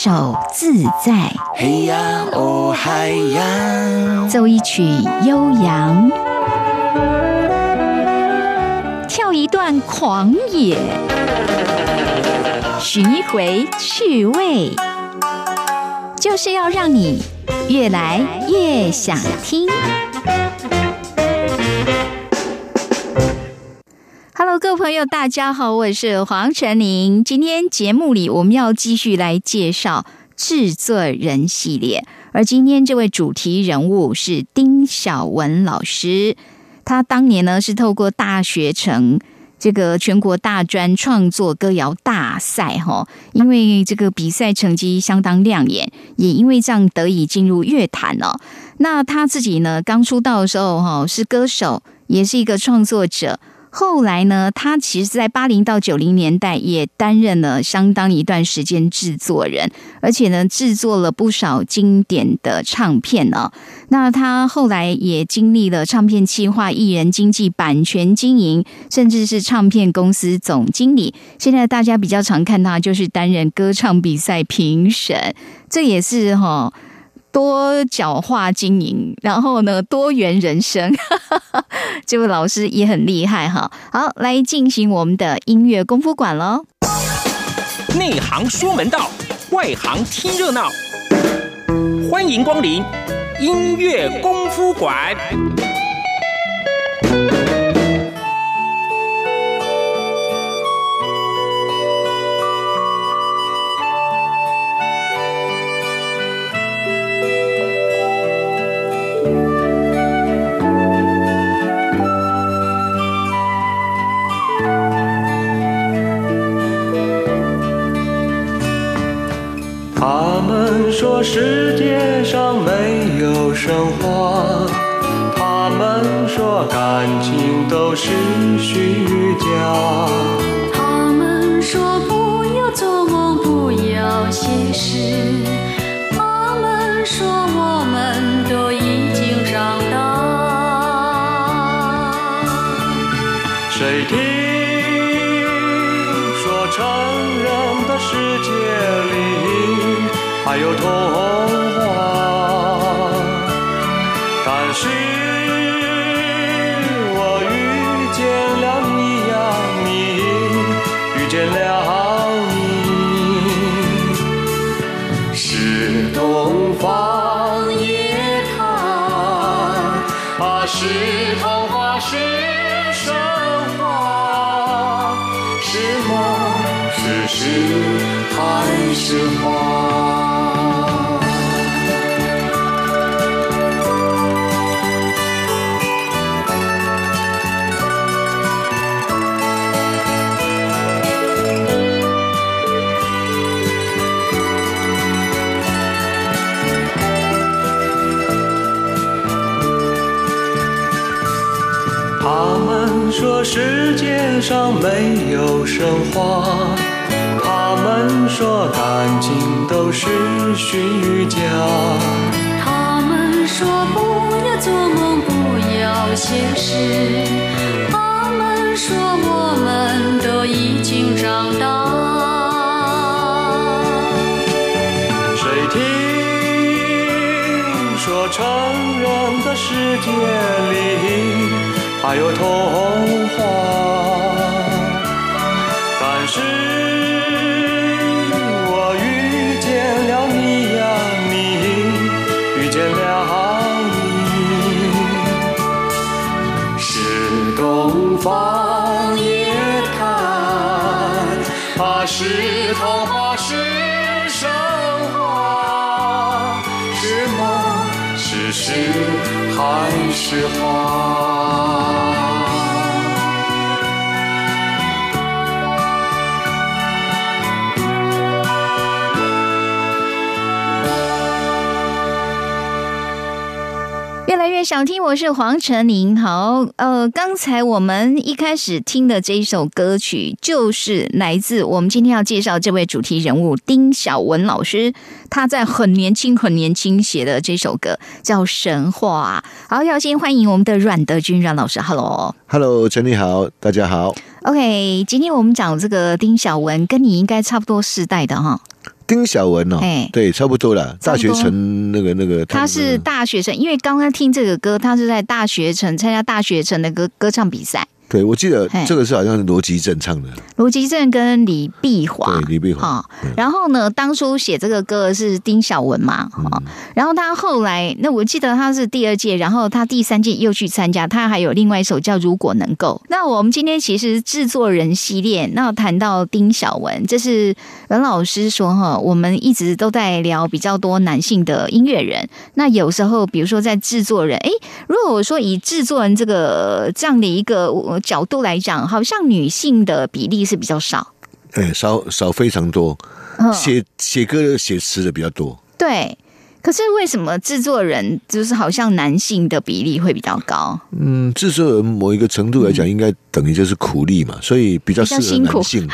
手自在。 嘿呀哦嗨呀， 奏一曲悠扬，跳一段狂野，寻一回趣味，就是要让你越来越想听。Hello， 各位朋友，大家好，我是黄晨玲。今天节目里我们要继续来介绍制作人系列，而今天这位主题人物是丁晓文老师。他当年呢是透过大学城这个全国大专创作歌谣大赛因为这个比赛成绩相当亮眼，也因为这样得以进入乐坛哦。那他自己呢刚出道的时候是歌手，也是一个创作者。后来呢，他其实在80到90年代也担任了相当一段时间制作人，而且呢制作了不少经典的唱片哦。那他后来也经历了唱片企划、艺人经纪、版权经营，甚至是唱片公司总经理。现在大家比较常看他就是担任歌唱比赛评审，这也是多角化经营，然后呢多元人生这位老师也很厉害哈。好，来进行我们的音乐功夫馆咯。 内行说门道，外行听热闹，欢迎光临音乐功夫馆。 他们说世界上没有神话，他们说感情都是虚假， 他们说不要做梦，不要写诗，他们说我们都已经长大。 谁听说成人的世界里还有童话，但是我遇见了你呀，你遇见了你，是东方夜谭是童话，是神话，是梦，是诗，还是花？他们说世界上没有神话，他们说感情都是虚假， 他们说不要做梦，不要写诗，他们说我们都已经长大。 谁听说成人的世界里还有童话，但是我遇见了你呀，你遇见了你，是东方夜谭是童话，是神话，是梦，是诗，还是花？ 越来越想听，我是黄晨玲。好，刚才我们一开始听的这一首歌曲，就是来自我们今天要介绍这位主题人物丁晓文老师，他在很年轻写的这首歌叫《神话》。好，要先欢迎我们的阮德军阮老师 ，Hello， 陈丽好，大家好。 OK， 今天我们讲这个丁晓文，跟你应该差不多世代的哈。 丁晓雯哦，对，差不多啦。大学城那个， 他是大学城，因为刚刚听这个歌，他是在大学城参加大学城的歌唱比赛。 对，我记得这个是好像是罗吉正唱的， 罗吉正跟李碧华， 对，李碧华。 然后呢，当初写这个歌是丁晓雯嘛，然后他后来，那我记得他是第2届，然后他第3届又去参加，他还有另外一首叫《如果能够》。那我们今天其实制作人系列，那谈到丁晓雯，这是阮老师说哈，我们一直都在聊比较多男性的音乐人，那有时候比如说在制作人，如果我说以制作人这样的一个角度来讲，好像女性的比例是比较少， 少非常多，写歌写词的比较多， 对。可是为什么制作人就是好像男性的比例会比较高？ 制作人某一个程度来讲，应该等于就是苦力嘛，所以比较适合男性。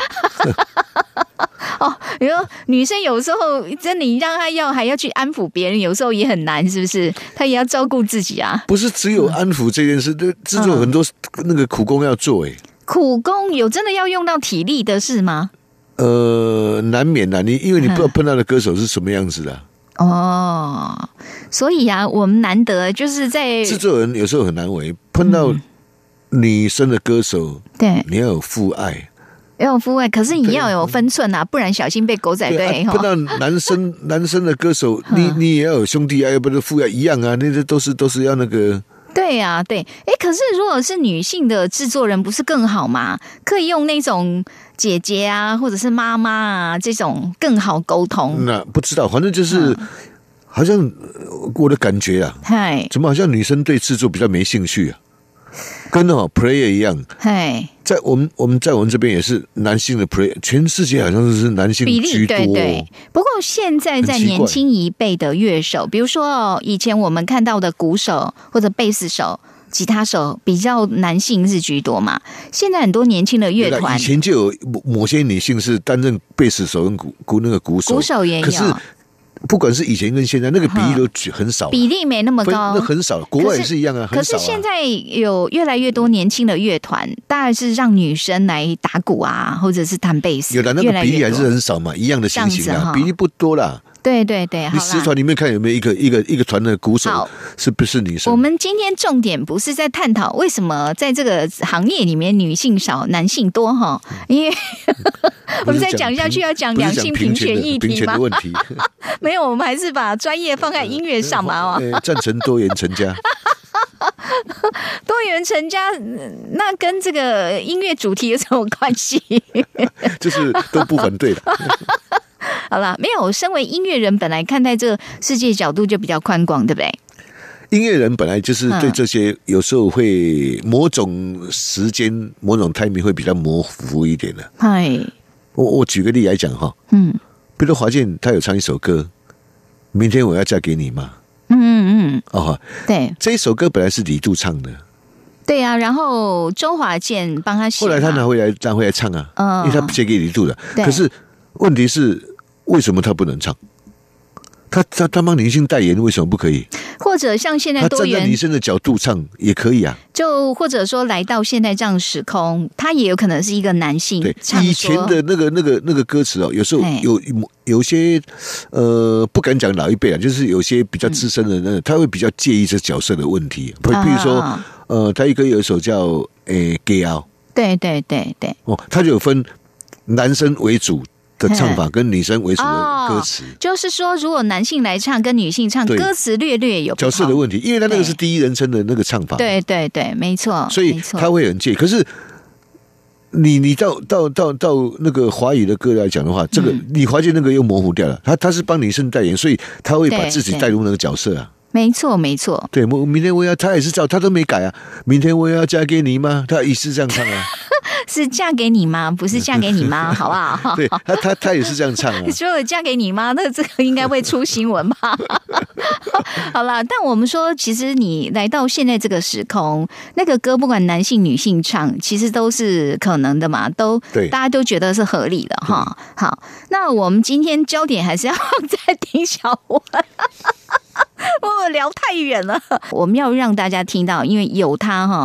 比如说女生有时候真的你让她还要去安抚别人，有时候也很难，是不是？她也要照顾自己啊。不是只有安抚这件事，制作很多那个苦工要做。 苦工有真的要用到体力的事吗？ 难免啦，因为你不知道碰到的歌手是什么样子的。 所以啊，我们难得就是在制作人有时候很难为，碰到女生的歌手， 对， 你要有父爱。 要有父爱，可是你要有分寸啊，不然小心被狗仔队。 碰到男生的歌手，你也要有兄弟爱，要不然父爱一样啊，那些都是要那个。 对啊，对，可是如果是女性的制作人，不是更好吗？可以用那种姐姐啊，或者是妈妈啊，这种更好沟通。 那不知道，反正就是好像我的感觉啊，怎么好像女生对制作比较没兴趣啊？跟player 一样，在我们这边也是男性的 player， 全世界好像是男性居多。 对。不过现在在年轻一辈的乐手，比如说以前我们看到的鼓手或者贝斯手、吉他手，比较男性是居多嘛。现在很多年轻的乐团， 以前就有某些女性是担任贝斯手跟鼓手也有。 可是不管是以前跟现在，那个比例都很少， 比例没那么高， 那很少。国外也是一样啊， 可是现在有越来越多年轻的乐团，当然是让女生来打鼓啊，或者是弹贝斯。 有的那个比例还是很少嘛，一样的情形啊，比例不多啦。 对，你 10团里面看有没有一个团的鼓手是不是女生？ 我们今天重点不是在探讨为什么在这个行业里面女性少男性多哈，因为我们再讲下去要讲两性平权议题吗？ 问题没有，我们还是把专业放在音乐上嘛。 赞成多元成家。 多元成家，那跟这个音乐主题有什么关系？ 就是都不反对的。 好啦，没有。身为音乐人，本来看待这个世界角度就比较宽广，对不对？ 音乐人本来就是对这些有时候会某种时间、某种 timing 会比较模糊一点的。我举个例来讲哈，比如华健他有唱一首歌，明天我要嫁给你吗？对，这一首歌本来是李杜唱的。 对啊，然后周华健帮他写， 后来他拿回来唱啊，因为他写给李杜的。可是问题是，为什么他不能唱？他帮女性代言，为什么不可以？ 或者像现在多元， 他站在女生的角度唱也可以啊。 就或者说来到现在这样时空，他也有可能是一个男性。 对，以前的那个歌词有时候有些不敢讲老一辈啊，就是有些比较资深的那个，他会比较介意这角色的问题。比如说他有一首叫gay out， 对， 他就有分男生为主的唱法跟女生为主的歌词， 就是说，如果男性来唱跟女性唱，歌词略有角色的问题，因为他那个是第一人称的那个唱法， 对，没错， 所以他会很介意。可是你到那个华语的歌来讲的话，这个你华健那个又模糊掉了，他是帮女生代言，所以他会把自己带入那个角色啊。 没错， 对，明天我要，他也是照，他都没改啊。明天我要嫁给你吗？他也是这样唱啊。 是嫁给你吗？不是嫁给你吗？好不好？ 对，他也是这样唱啊。 说了嫁给你吗？那这个应该会出新闻吧？好啦，但我们说，其实你来到现在这个时空，那个歌不管男性女性唱，其实都是可能的嘛，都大家都觉得是合理的哈。好，那我们今天焦点还是要在丁晓雯。我聊太远了，我们要让大家听到，因为有他哈，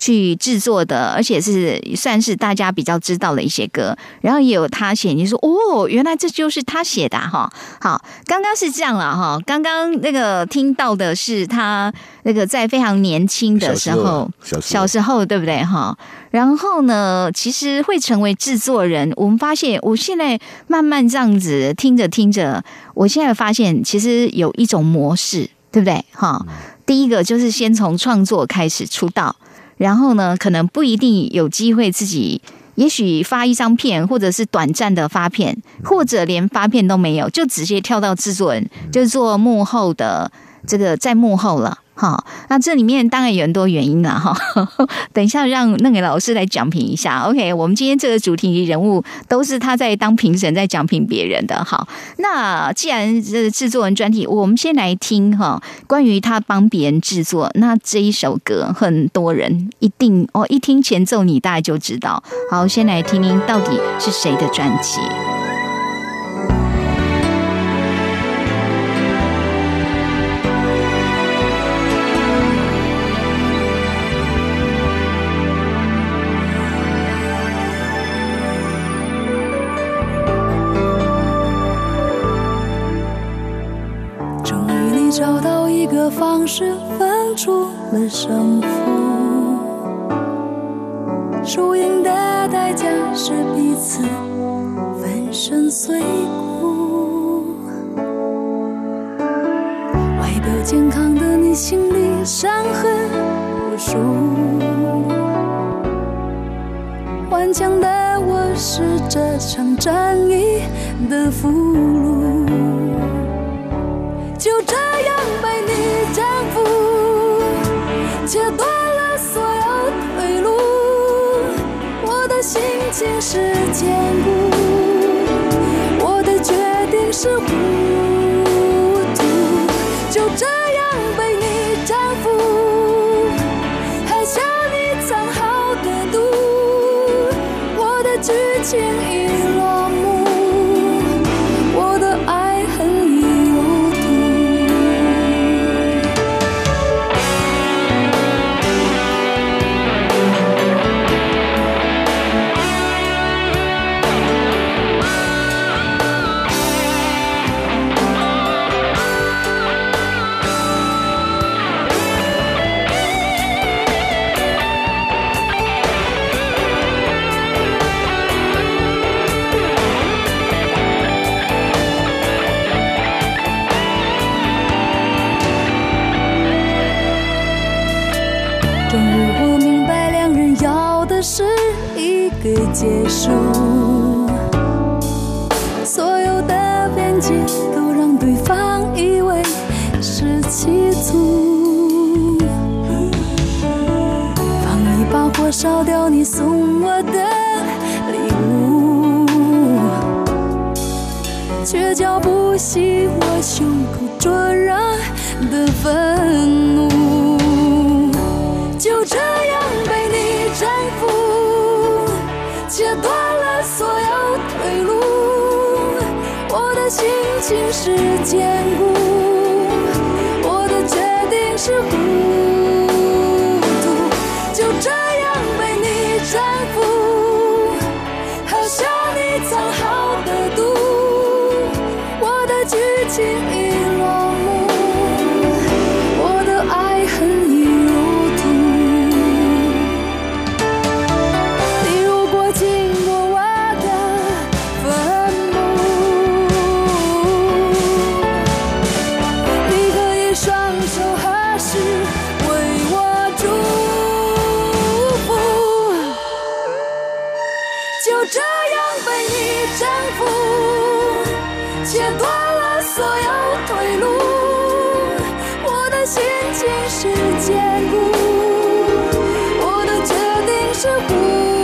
去制作的，而且是算是大家比较知道的一些歌，然后也有他写，你说哦，原来这就是他写的哈。好，刚刚是这样了哈，刚刚那个听到的是他那个在非常年轻的时候，小时候对不对哈？然后呢，其实会成为制作人，我们发现，我现在慢慢这样子听着听着，我现在发现其实有一种模式，对不对哈？第一个就是先从创作开始出道。然后呢，可能不一定有机会自己，也许发一张片，或者是短暂的发片，或者连发片都没有，就直接跳到制作人，就做幕后的这个在幕后了。好，那这里面当然有很多原因啦哈。等一下让那个老师来讲评一下。OK， 我们今天这个主题人物都是他在当评审，在讲评别人的。好，那既然这制作人专题，我们先来听哈，关于他帮别人制作。那这一首歌，很多人一定一听前奏，你大概就知道。好，先来听听到底是谁的专辑。 找到一个方式分出了胜负，输赢的代价是彼此粉身碎骨。外表健康的你，心里伤痕无数，顽强的我是这场战役的俘虏，就这样被你征服，切断了所有退路。我的心情是坚固，我的决定是糊涂，就这样被你征服，还向你藏好的毒。我的剧情已落幕，我的爱恨已是一个结束，所有的边界都让对方以为是企图，放一把火烧掉你送我的礼物，却浇不熄我胸口灼热的愤怒，就这样被你征服，切断了所有退路。我的心情是坚固，我的决定是糊涂，就这样被你征服，好像你藏好的毒。我的剧情已落幕，我的爱恨已入土。你如果经过我的坟墓，你可以双手合十为我祝福，就这样被你征服，切断了所有退路。我的心情是坚固，我的决定是糊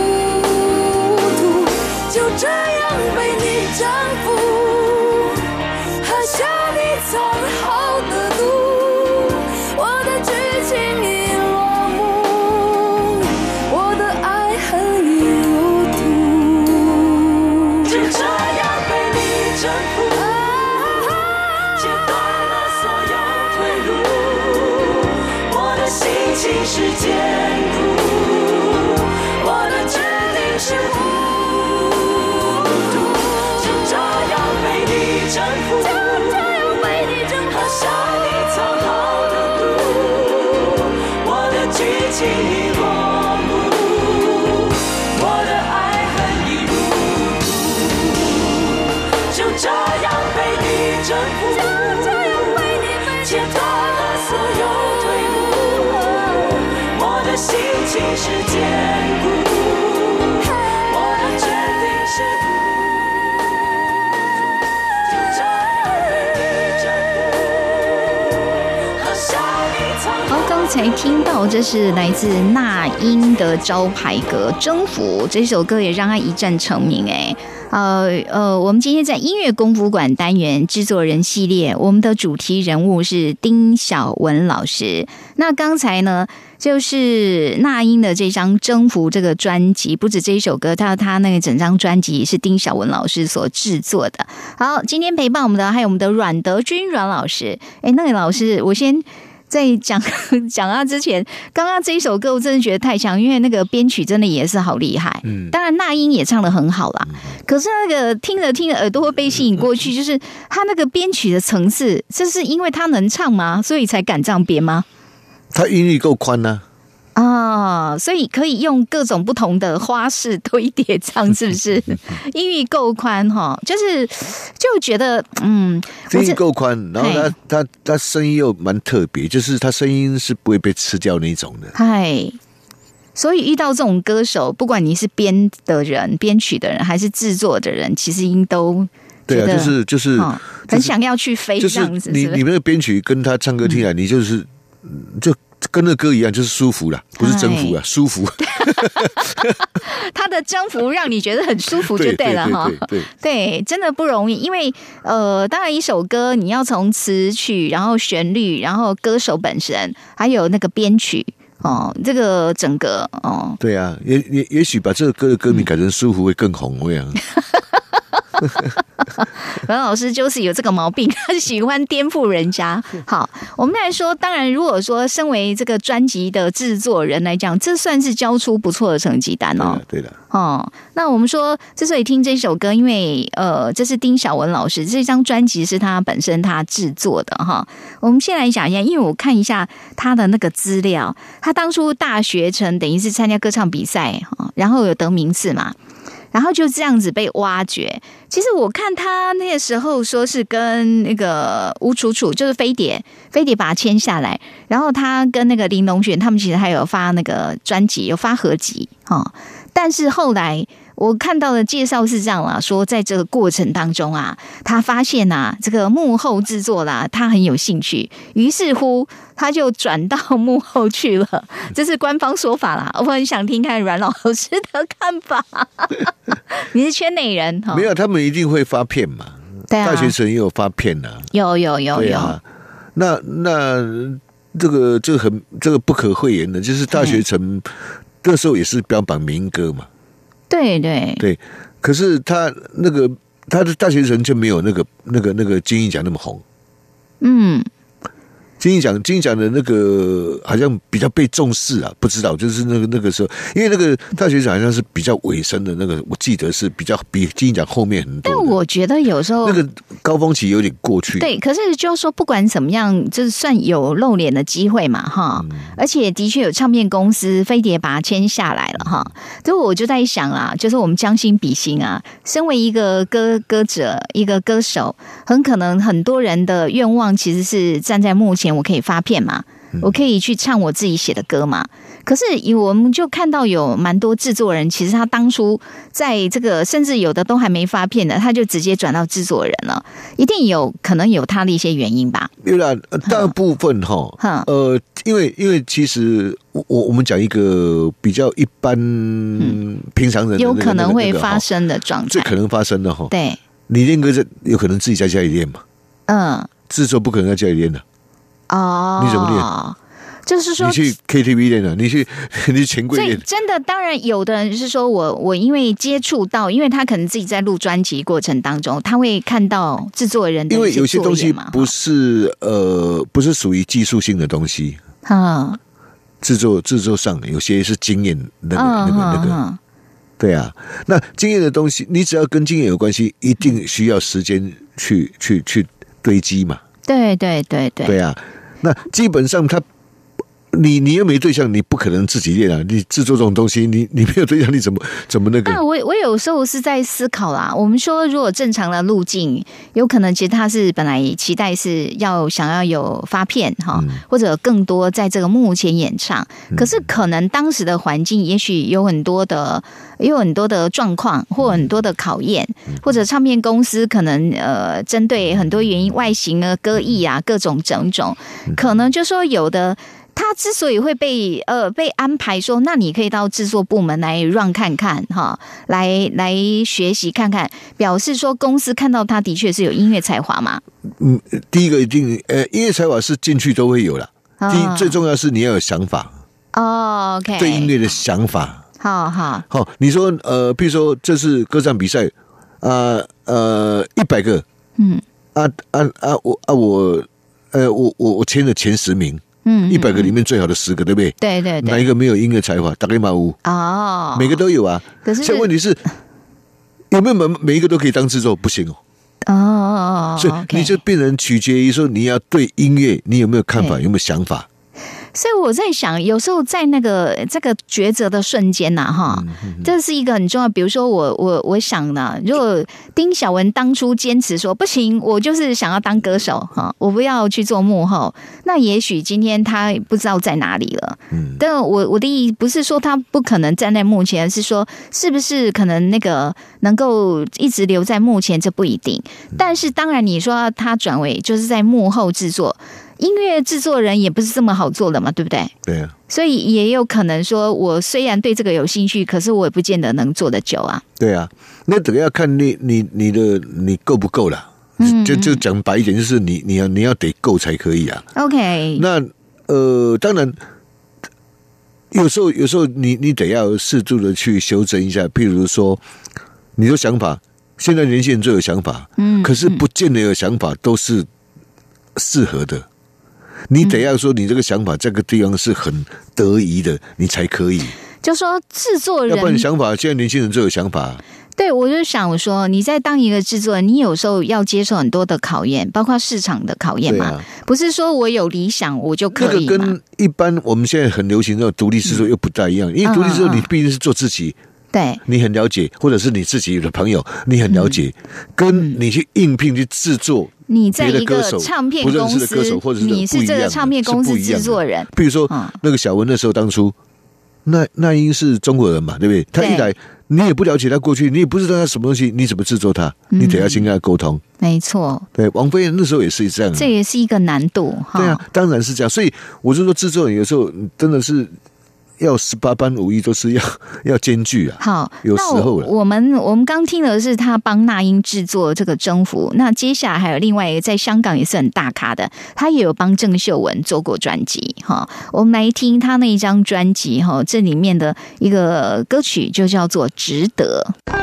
涂，就这样被你征服，好像你藏好的毒。我的剧情已落幕，我的爱恨已入土，就这样被你征服，切断了所有退路。我的心情是坚固， 征服，就这样被你切断了所有退路。我的心情是坚固，我的决定是就这样被你征服，好像一场。 好，刚才听到这是来自那英的招牌歌《征服》，这首歌也让他一战成名哎。我们今天在音乐功夫馆单元制作人系列，我们的主题人物是丁晓文老师。那刚才呢，就是那英的这张《征服》这个专辑，不止这一首歌，他那个整张专辑是丁晓文老师所制作的。好，今天陪伴我们的还有我们的阮德军阮老师。那位老师，我先。在讲他之前，刚刚这一首歌我真的觉得太强，因为那个编曲真的也是好厉害。当然那英也唱得很好啦，可是那个听着听着耳朵会被吸引过去，就是他那个编曲的层次，这是因为他能唱吗？所以才敢这样编吗？ 他音域够宽呢。 所以可以用各种不同的花式堆叠唱，是不是？音域够宽哈，就觉得音域够宽，然后他声音又蛮特别，就是他声音是不会被吃掉那种的。 嗨，所以遇到这种歌手，不管你是编的人、编曲的人，还是制作的人，其实音都对啊，就是很想要去飞这样子。 你们的编曲跟他唱歌听起来，你就跟那歌一样，就是舒服啦，不是征服啦，舒服。 他的征服让你觉得很舒服就对了哈。对，真的不容易，因为当然一首歌你要从词曲，然后旋律，然后歌手本身，还有那个编曲这个整个对啊，也许把这个歌的歌名改成舒服会更红这样。 阮老师就是有这个毛病，他喜欢颠覆人家。好，我们来说，当然，如果说身为这个专辑的制作人来讲，这算是交出不错的成绩单哦。 对的。 那我们说，之所以听这首歌，因为这是丁晓文老师这张专辑是他本身他制作的哈。我们先来讲一下，因为我看一下他的那个资料，他当初大学城等于是参加歌唱比赛然后有得名次嘛。然后就这样子被挖掘。其实我看他那个时候说是跟那个吴楚楚，就是飞碟把他签下来，然后他跟那个林隆璇他们其实还有发那个专辑，有发合集但是后来我看到的介绍是这样啦，说在这个过程当中啊，他发现啊这个幕后制作啦，他很有兴趣，于是乎他就转到幕后去了，这是官方说法啦。我很想听看阮老师的看法。你是圈内人没有？他们一定会发片嘛？对啊，大学城也有发片啊。 有。 对啊，那这个不可讳言的，就是大学城那时候也是标榜民歌嘛。对，可是他的大学城就没有那个金鹰奖那么红。金鹰奖的那个好像比较被重视啊，不知道就是那个时候，因为那个大学奖好像是比较尾声的那个，我记得是比金鹰奖后面很多。 但我觉得有时候那个高峰期有点过去。 对，可是就是说不管怎么样，就是算有露脸的机会嘛哈，而且的确有唱片公司飞碟把它签下来了哈。所以我就在想啊，就是我们将心比心啊，身为一个歌者，一个歌手，很可能很多人的愿望其实是站在幕前。我可以发片嘛，我可以去唱我自己写的歌嘛。可是我们就看到有蛮多制作人，其实他当初在这个甚至有的都还没发片的，他就直接转到制作人了，一定可能有他的一些原因吧。 对啦，大部分因为其实我们讲一个比较一般平常人有可能会发生的状态， 最可能发生的对， 你练歌有可能自己在家里练嘛，制作不可能在家里练的。你怎么练？就是说，你去 KTV 练了，你去钱柜练。所以真的，当然有的人是说我因为接触到，因为他可能自己在录专辑过程当中，他会看到制作人的一些作业嘛。因为有些东西不是属于技术性的东西制作上有些是经验那个。对啊，那经验的东西，你只要跟经验有关系，一定需要时间去堆积嘛。 对。 对啊。那基本上他你又没对象，你不可能自己练啊！你制作这种东西，你没有对象，你怎么那个？ 我有时候是在思考啦。我们说，如果正常的路径，有可能其实他是本来期待是想要有发片哈，或者更多在这个幕前演唱。可是可能当时的环境，也许有很多的状况，或很多的考验，或者唱片公司可能针对很多原因，外形啊、歌艺啊，各种种种，可能就说有的。他之所以会被安排说，那你可以到制作部门来 run 看看哈，来学习看看，表示说公司看到他的确是有音乐才华嘛。 第一个一定音乐才华是进去都会有了。第一最重要是你要有想法哦 ，OK， 对音乐的想法。 好， 你说譬如说这是歌唱比赛100个，我签了前10名。100个里面最好的10个，对不对？ 对， 哪一个没有音乐才华？大概嘛有哦， 每个都有啊。 可是， 现在问题是有没有每一个都可以当制作？不行哦。所以你就变成取决于说你要对音乐你有没有看法，有没有想法。 所以我在想，有时候在这个抉择的瞬间呐，哈，这是一个很重要。比如说我想呢，如果丁晓雯当初坚持说不行，我就是想要当歌手哈，我不要去做幕后，那也许今天他不知道在哪里了。但我的意义不是说他不可能站在幕前，而是说是不是可能那个能够一直留在幕前，这不一定。但是当然，你说他转为就是在幕后制作。音乐制作人也不是这么好做的嘛，对不对？ 对啊， 所以也有可能说，我虽然对这个有兴趣，可是我也不见得能做得久啊。对啊，那等要看你够不够啦。就讲白一点，就是你要得够才可以啊。 OK， 那当然，有时候你得要适度的去修正一下，譬如说，你的想法，现在年轻人最有想法，可是不见得有想法都是适合的。你得要说你这个想法这个地方是很得宜的，你才可以。 就说制作人， 要不然你想法，现在年轻人最有想法。 对，我就想说，你在当一个制作人，你有时候要接受很多的考验，包括市场的考验嘛。不是说我有理想我就可以嘛。 那个跟一般我们现在很流行的独立制作又不大一样，因为独立制作你毕竟是做自己。 对， 你很了解，或者是你自己的朋友，你很了解，跟你去应聘去制作， 你在一个唱片公司，你是这个唱片公司制作人。 比如说那个小文那时候当初，那英是中国人嘛，对不对？他一来，你也不了解他过去，你也不知道他什么东西，你怎么制作他？你得要先跟他沟通。 没错， 对，王菲那时候也是这样， 这也是一个难度。 对啊，当然是这样。所以我就说，制作人有时候真的是。要18般武艺都是要兼具啊。 好， 有时候了。 我们刚听的是他帮那英制作这个征服，那接下来还有另外一个在香港也是很大咖的，他也有帮郑秀文做过专辑哈。我们来听他那一张专辑哈，这里面的一个歌曲就叫做《值得》。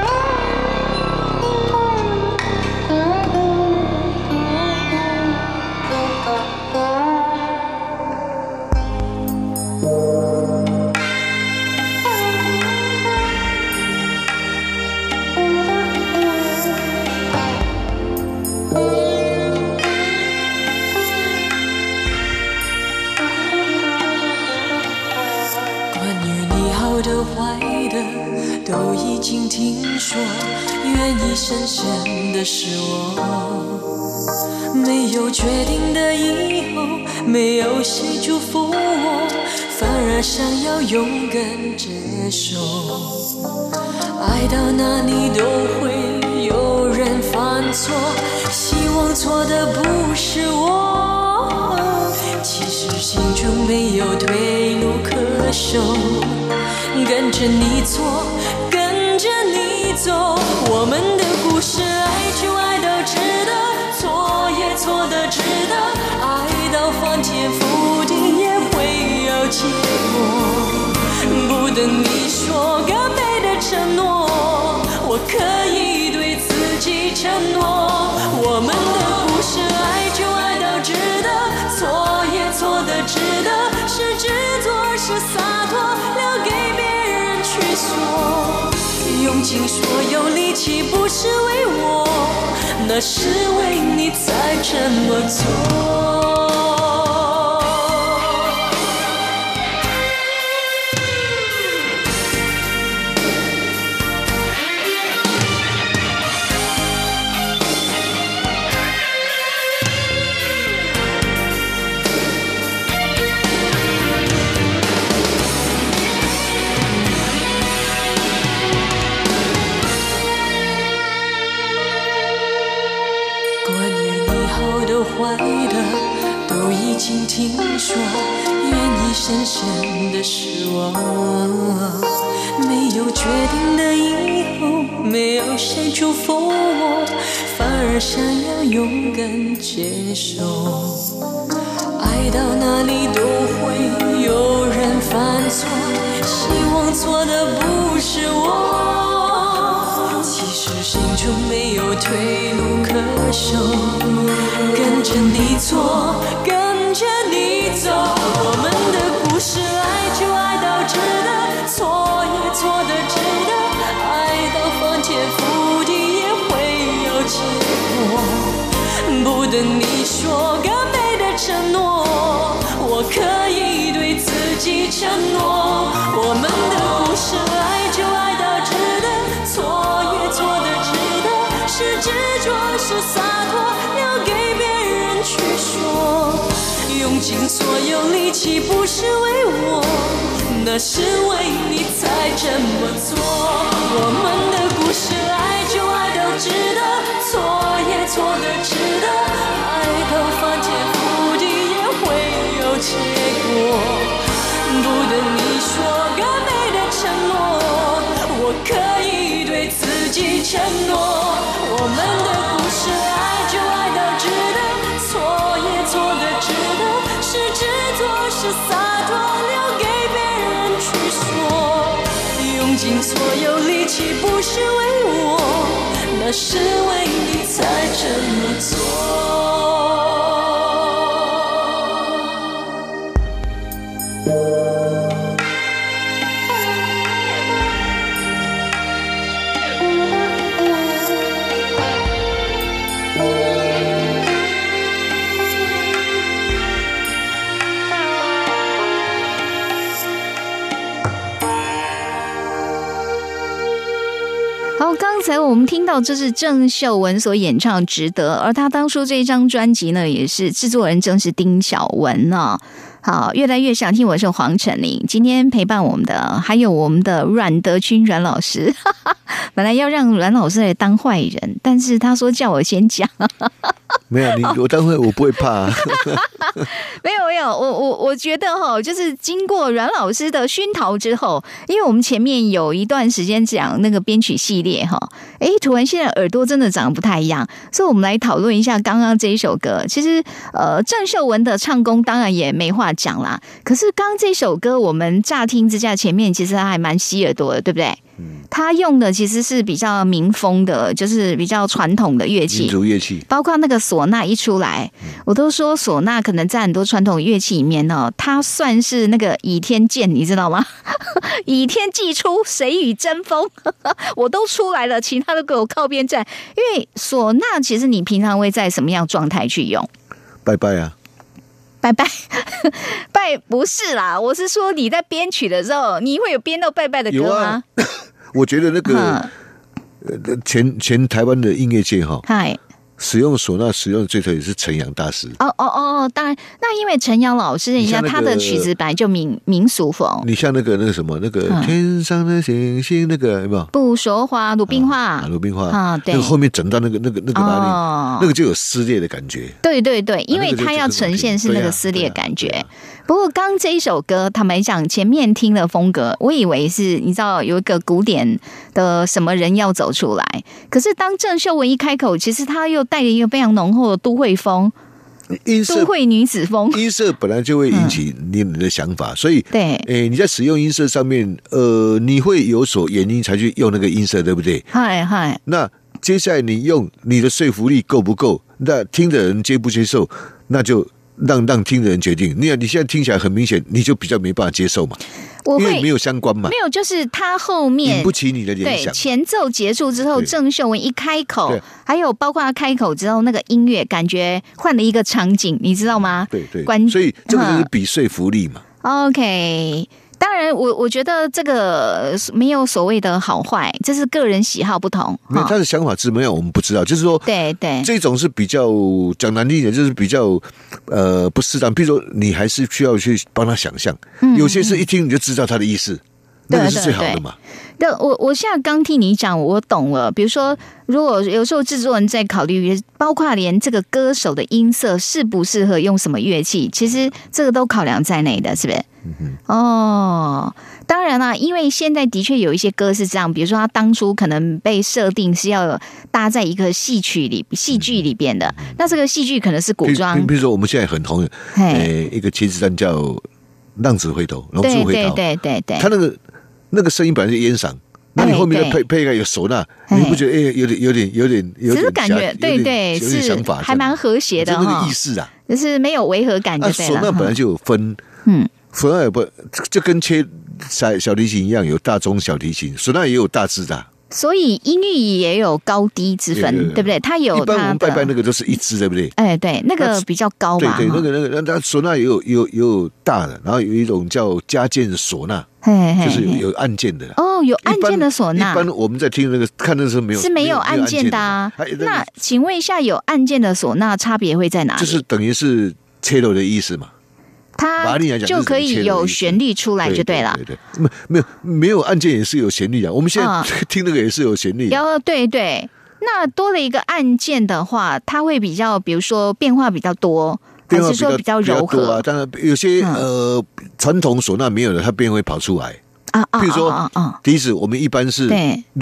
都已经听说，愿意深深的是我，没有决定的以后，没有谁祝福我，反而想要勇敢接受。爱到哪里都会有人犯错，希望错的不是我，其实心中没有退路可守，跟着你错，跟着你走，我们的故事爱就爱到值得，错也错的值得，爱到翻天覆地也会有结果，不等你说个美的承诺，我可以对自己承诺，我们的故事爱就爱到值得，错也错的值得，是执着是洒脱，留给别人去说，用尽所有力气不是为我，那是为你才这么做。 好的坏的都已经听说，愿意深深的是我，没有决定的以后，没有谁祝福我，反而想要勇敢接受。爱到哪里都会有人犯错，希望错的不是我，其实心中没有退路可守，跟着你错，跟着你走，我们的故事爱就爱到值得，错也错的值得，爱到翻天覆地也会有结果，不等你说个美的承诺，我可以对自己承诺，我们的故事爱就爱到值得，错也错的值得，是执着是洒脱，留给别人去说，用尽所有力气不是为我，那是为你才这么做，我们的故事爱就爱到值得，错也错的值得，爱到翻天覆地也会有结果，不等你说个美的承诺，我可以对自己承诺，我们的故事爱就爱到值得，错也错的值得，是执着是洒脱，留给别人去说，用尽所有力气不是为我，那是为你才这么做。 好，刚才我们听到这是郑秀文所演唱《值得》，而他当初这一张专辑呢，也是制作人正是丁晓文呢。好，越来越想听，我是黄晨林。今天陪伴我们的还有我们的阮德军阮老师，本来要让阮老师来当坏人，但是他说叫我先讲。 没有你，我当会我不会怕。 没有，我觉得哈，就是经过阮老师的熏陶之后，因为我们前面有一段时间讲那个编曲系列哈，突然现在耳朵真的长得不太一样，所以我们来讨论一下刚刚这一首歌。其实郑秀文的唱功当然也没话讲啦，可是刚刚这首歌我们乍听之下，前面其实它还蛮吸耳朵的，对不对？他用的其实是比较民风的，就是比较传统的乐器， 民族乐器， 包括那个唢呐一出来，我都说唢呐可能在很多传统乐器里面呢，它算是那个倚天剑，你知道吗？倚天既出，谁与争锋？我都出来了，其他都给我靠边站。因为唢呐其实你平常会在什么样状态去用？ 拜拜啊！ 拜拜拜不是啦，我是说你在编曲的时候，你会有编到拜拜的歌吗？ 我觉得那个前台湾的音乐界哈，使用唢呐使用的最多也是陈阳大师。 当然，那因为陈阳老师人家他的曲子本来就民俗风。 你像那个什么那个天上的星星那个有没有？ 不说话，鲁冰花， 鲁冰花啊，对， 那个后面整到那个哪里，那个就有撕裂的感觉。 对，因为他要呈现是那个撕裂感觉。不过刚这一首歌，坦白讲，前面听的风格，我以为是你知道有一个古典的什么人要走出来，可是当郑秀文一开口，其实他又带了一个非常浓厚的都会风。都会女子风， 音色本来就会引起你的想法，所以对， 你在使用音色上面，你会有所原因才去用那个音色，对不对？ 嗨， 那接下来你用你的说服力够不够？那听的人接不接受，那就让听的人决定。你现在听起来很明显，你就比较没办法接受嘛。因为没有相关嘛， 没有，就是他后面引不起你的联想。 对，前奏结束之后，郑秀文一开口，还有包括他开口之后那个音乐，感觉换了一个场景，你知道吗？ 对，所以这个就是比说服力嘛。 OK。当然我觉得这个没有所谓的好坏，这是个人喜好不同。 没有他的想法怎么样，我们不知道。就是说， 对， 这种是比较讲难听一点，就是比较不适当。比如说，你还是需要去帮他想象。有些是一听你就知道他的意思。 那个是最好的嘛。 我现在刚听你讲，我懂了。比如说，如果有时候制作人在考虑，包括连这个歌手的音色适不适合用什么乐器，其实这个都考量在内的，是不是？哦，当然啦，因为现在的确有一些歌是这样，比如说他当初可能被设定是要搭在一个戏剧里边的，那这个戏剧可能是古装。 比如说我们现在很红的，一个茄子蛋叫《浪子回头》，龙珠回头， 对， 他那个声音本来是烟嗓，那你后面再配一个有唢呐，你不觉得有点， 只是感觉对有点想法， 还蛮和谐的， 那个意思啊， 就是没有违和感就对了。 唢呐本来就有分，唢呐也不就跟切小提琴一样，有大中小提琴，唢呐也有大支的。 所以音域也有高低之分，对不对？它有一般我们拜那个都是一支，对不对？ 对，那个比较高嘛。 对，那个，那唢呐也有大的，然后有一种叫加键唢呐，就是有按键的。哦， 有按键的唢呐。 一般我们在听那个看的时候没有按键的啊。那请问一下，有按键的唢呐差别会在哪里？ 就是等于是cello的意思嘛。 它就可以有旋律出来就对了。 对，没有按键也是有旋律的。我们现在听那个也是有旋律。 对，那多了一个按键的话，它会比较，比如说变化比较多，还是说比较柔和啊？当然有些传统唢呐没有的，它便会跑出来。譬如说笛子，我们一般是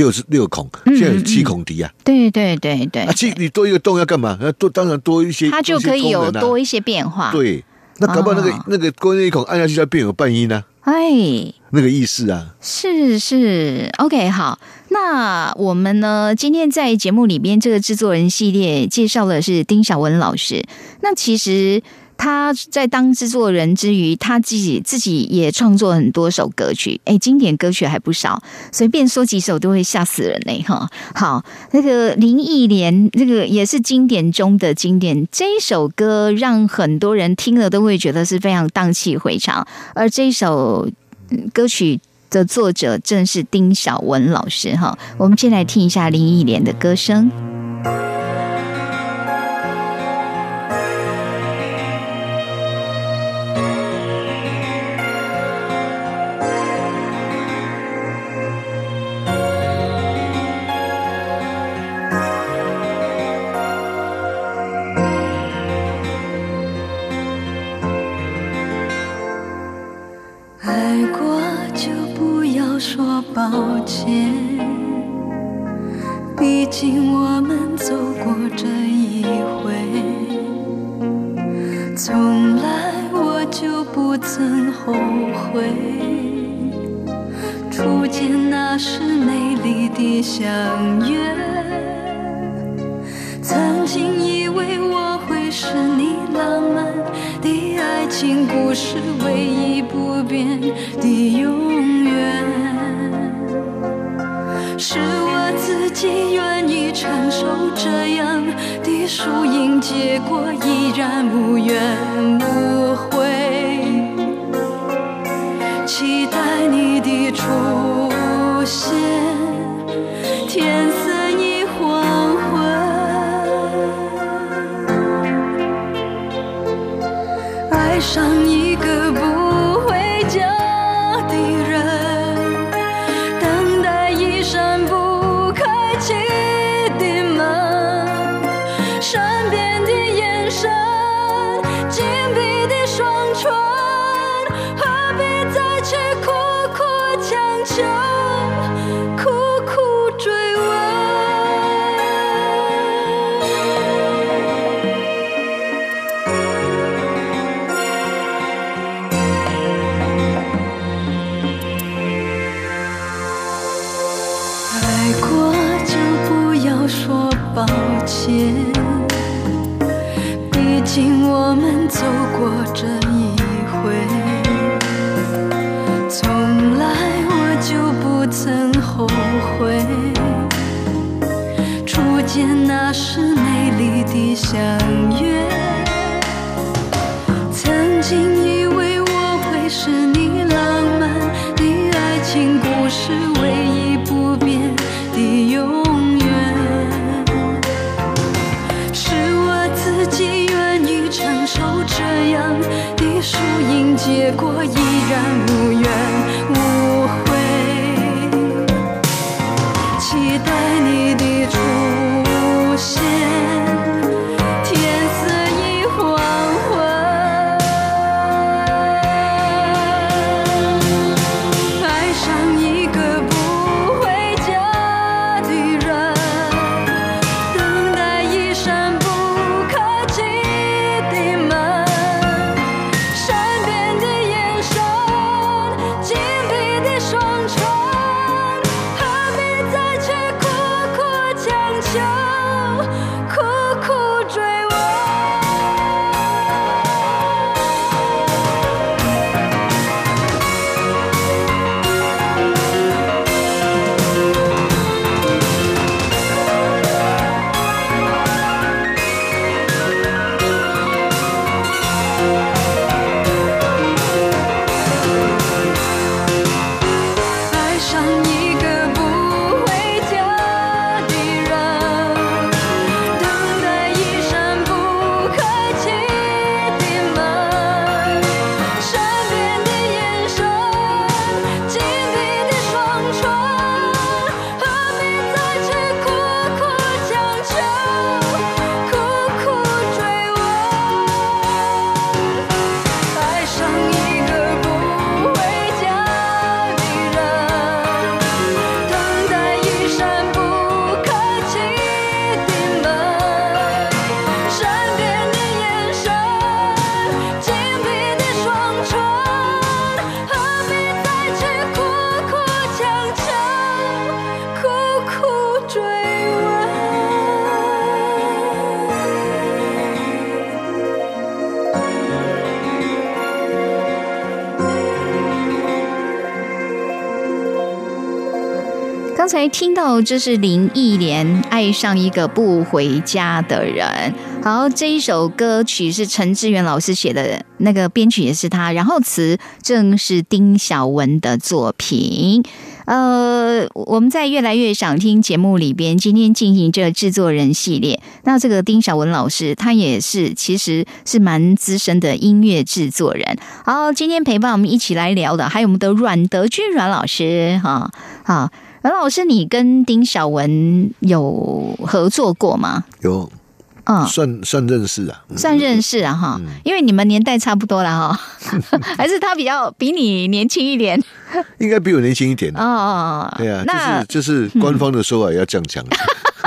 6孔，现在有7孔笛啊。 对。 你多一个洞要干嘛？当然多一些， 它就可以有多一些变化。 对。那搞不好那个关键一孔按下去，它变有半音呢。那个意思啊， 是 OK。 好，那我们呢今天在节目里边这个制作人系列介绍的是丁晓文老师。那其实他在当制作人之余，他自己也创作很多首歌曲，经典歌曲还不少，随便说几首都会吓死人嘞哈。好，那个林忆莲，这个也是经典中的经典，这一首歌让很多人听了都会觉得是非常荡气回肠，而这一首歌曲的作者正是丁晓文老师哈。我们先来听一下林忆莲的歌声。 爱过就不要说抱歉，毕竟我们走过这一回，从来我就不曾后悔，初见那时美丽的相约，曾经以为我会是你浪漫的爱情故事唯一不变的永远，是我自己愿意承受这样的输赢结果，依然无怨无悔，期待你的出现，天色已黄昏，爱上一个不回家的人，等待一扇不开启的门，善变的眼神，紧闭的双唇，何必再去苦苦强求，苦苦追问。爱过就不要说抱歉，毕竟我们走过这一回，从来我就不曾后悔，初见那时美丽的相约，曾经以为我会是你浪漫的爱情故事唯一不变的永远，是我自己愿意承受这样的输赢结果，依然无怨无悔， 刚才听到这是林忆莲爱上一个不回家的人。好，这一首歌曲是陈志远老师写的，那个编曲也是他，然后词正是丁晓文的作品。我们在越来越想听节目里边，今天进行这个制作人系列。那这个丁晓文老师，他也是其实是蛮资深的音乐制作人。好，今天陪伴我们一起来聊的，还有我们的阮德军阮老师哈。好，阮老师，你跟丁晓文有合作过吗？ 有。算认识啊， 算认识啊哈，因为你们年代差不多了哈，还是他比你年轻一点， 应该比我年轻一点哦。对啊，就是官方的说法要这样讲。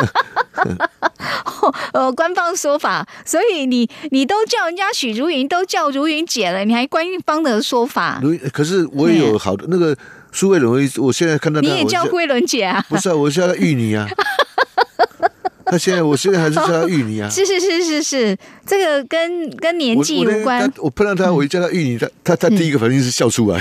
官方说法，所以你都叫人家许茹芸，都叫茹芸姐了，你还官方的说法？ 可是我也有好的那个苏慧伦，我现在看到他， 你也叫慧伦姐啊？ 不是啊，我叫她玉女啊。我现在还是叫她玉女啊。 是，这个跟年纪无关。 我碰到她，我一叫她玉女，她第一个反应是笑出来。